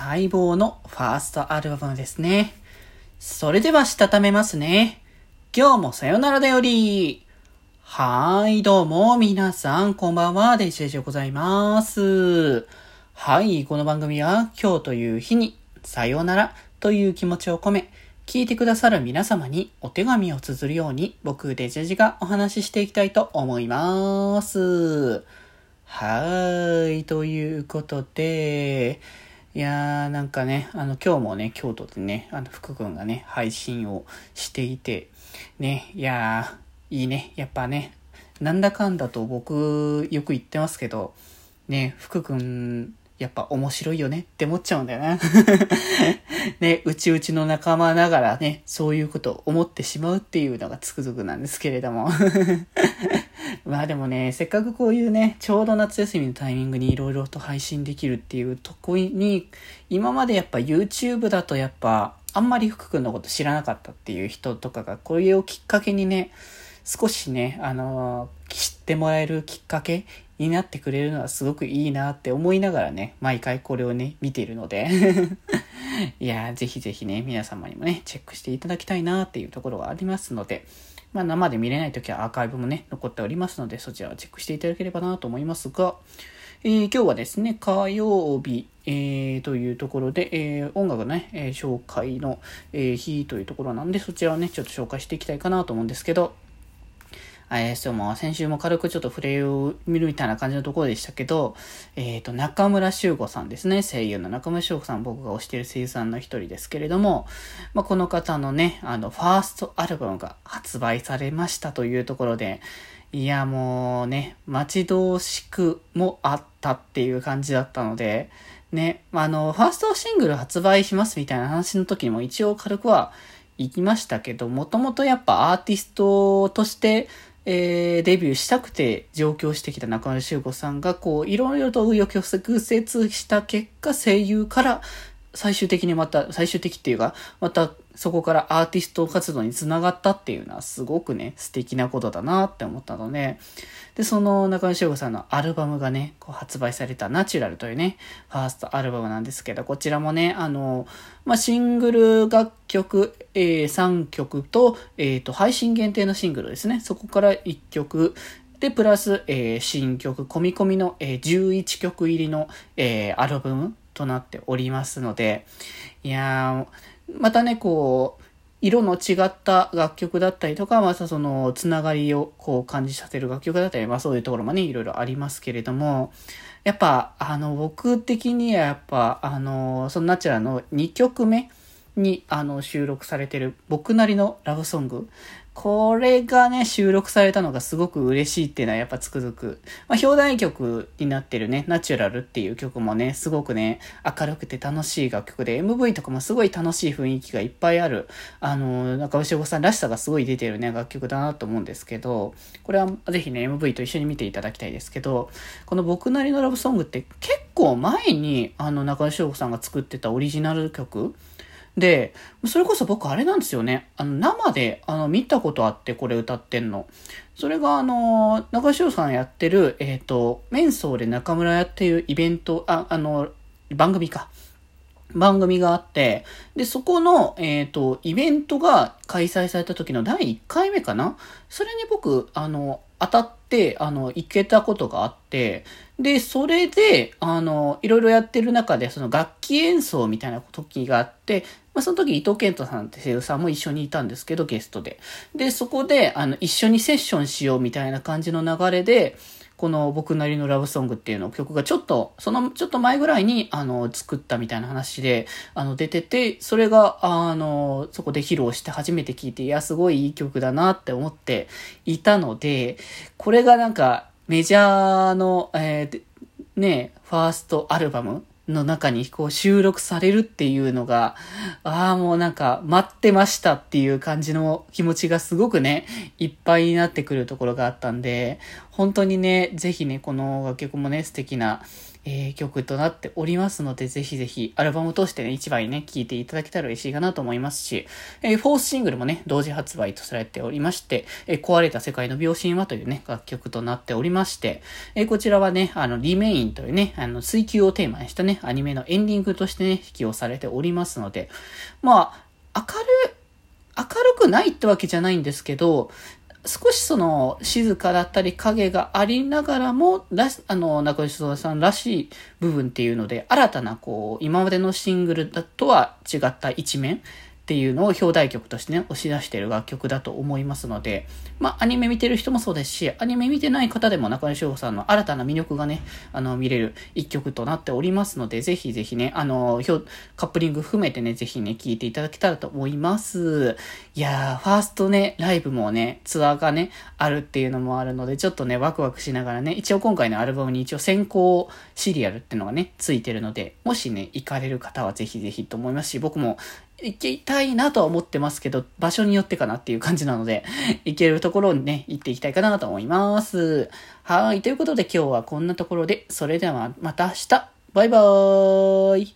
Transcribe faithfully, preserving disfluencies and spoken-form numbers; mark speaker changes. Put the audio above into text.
Speaker 1: 待望のファーストアルバムですね。それではしたためますね。今日もさよならだより。はーい、どうも皆さんこんばんは、デジェジでございます。はい、この番組は今日という日にさよならという気持ちを込め、聞いてくださる皆様にお手紙を綴るように僕デジェジがお話ししていきたいと思います。はーい、ということで、いやーなんかね、あの今日もね、京都でね、あの福君がね、配信をしていて、ね、いやー、いいね、やっぱね、なんだかんだと僕よく言ってますけど、ね、福君、やっぱ面白いよねって思っちゃうんだよな。ね、うちうちの仲間ながらね、そういうことを思ってしまうっていうのがつくづくなんですけれども。まあでもね、せっかくこういうね、ちょうど夏休みのタイミングにいろいろと配信できるっていうとこに、今までやっぱ YouTube だとやっぱ、あんまり福君のこと知らなかったっていう人とかが、これをきっかけにね、少しね、あのー、知ってもらえるきっかけになってくれるのはすごくいいなって思いながらね、毎回これをね、見ているので。いやー、ぜひぜひね、皆様にもね、チェックしていただきたいなっていうところがありますので、まあ生で見れないときはアーカイブもね、残っておりますので、そちらをチェックしていただければなと思いますが、えー、今日はですね、火曜日、えー、というところで、えー、音楽のね、えー、紹介の、えー、日というところなんで、そちらをね、ちょっと紹介していきたいかなと思うんですけど、えー、そう、もう先週も軽くちょっと触れを見るみたいな感じのところでしたけど、えっと、中村修吾さんですね。声優の中村修吾さん、僕が推している声優さんの一人ですけれども、まあ、この方のね、あの、ファーストアルバムが発売されましたというところで、いや、もうね、待ち遠しくもあったっていう感じだったので、ね、あの、ファーストシングル発売しますみたいな話の時にも一応軽くは行きましたけど、もともとやっぱアーティストとして、えー、デビューしたくて上京してきた中村修吾さんがこういろいろと紆余曲折した結果声優から最終的にまた最終的っていうかまたそこからアーティスト活動につながったっていうのはすごくね素敵なことだなって思ったので、でその中村修吾さんのアルバムがねこう発売されたナチュラルというねファーストアルバムなんですけど、こちらもねあのまあシングル楽曲、えー、さんきょくとえっと配信限定のシングルですね、そこからいっきょくで、プラス、えー、新曲、込み込みの、えー、じゅういっきょく入りの、えー、アルバムとなっておりますので、いやー、またね、こう、色の違った楽曲だったりとか、またその、つながりをこう感じさせる楽曲だったり、まあそういうところもね、いろいろありますけれども、やっぱ、あの、僕的にはやっぱ、あの、そのナチュラルのにきょくめに、あの、収録されてる僕なりのラブソング、これがね、収録されたのがすごく嬉しいっていうのはやっぱつくづく。まあ、表題曲になってるね、ナチュラルっていう曲もね、すごくね、明るくて楽しい楽曲で、エムブイ とかもすごい楽しい雰囲気がいっぱいある、あの、中尾修吾さんらしさがすごい出てるね、楽曲だなと思うんですけど、これはぜひね、エムブイ と一緒に見ていただきたいですけど、この僕なりのラブソングって結構前に、あの、中尾修吾さんが作ってたオリジナル曲、で、それこそ僕あれなんですよね。あの、生で、あの、見たことあって、これ歌ってんの。それが、あの、中島さんやってる、えっと、メンソーで中村屋っていうイベント、あ、あの、番組か。番組があって、で、そこの、えっと、イベントが開催された時のだいいっかいめかな？それに僕、あの、当たって、あの、行けたことがあって、で、それで、あの、いろいろやってる中で、その楽器演奏みたいな時があって、まあ、その時伊藤健人さんって声優さんも一緒にいたんですけど、ゲストで。で、そこで、あの、一緒にセッションしようみたいな感じの流れで、この僕なりのラブソングっていうの曲がちょっと、そのちょっと前ぐらいに、あの、作ったみたいな話で、あの、出てて、それが、あの、そこで披露して初めて聴いて、いや、すごいいい曲だなって思っていたので、これがなんか、メジャーの、えー、ね、ファーストアルバムの中にこう収録されるっていうのが、ああもうなんか待ってましたっていう感じの気持ちがすごくね、いっぱいになってくるところがあったんで、本当にね、ぜひね、この楽曲もね、素敵な、 えー、曲となっておりますので、ぜひぜひアルバムを通してね、一枚ね、聴いていただけたら嬉しいかなと思いますし、えー、フォースシングルもね、同時発売とされておりまして、えー、壊れた世界の秒針はというね、楽曲となっておりまして、えー、こちらはね、あの、リメインというね、あの、追求をテーマにしたね、アニメのエンディングとしてね、起用されておりますので、まあ、明る、明るくないってわけじゃないんですけど、少しその静かだったり影がありながらも、らあの、中西総さんらしい部分っていうので、新たなこう、今までのシングルだとは違った一面っていうのを表題曲としてね、押し出している楽曲だと思いますので、まあ、アニメ見てる人もそうですし、アニメ見てない方でも中西さんの新たな魅力がね、あの、見れる一曲となっておりますので、ぜひぜひね、あの、カップリング含めてね、ぜひね、聴いていただけたらと思います。いやー、ファーストね、ライブもね、ツアーがね、あるっていうのもあるので、ちょっとね、ワクワクしながらね、一応今回のアルバムに一応先行シリアルっていうのがね、ついてるので、もしね、行かれる方はぜひぜひと思いますし、僕も行きたいなとは思ってますけど、場所によってかなっていう感じなので、行けるところにね、行っていきたいかなと思います。はい。ということで今日はこんなところで、それではまた明日。バイバーイ。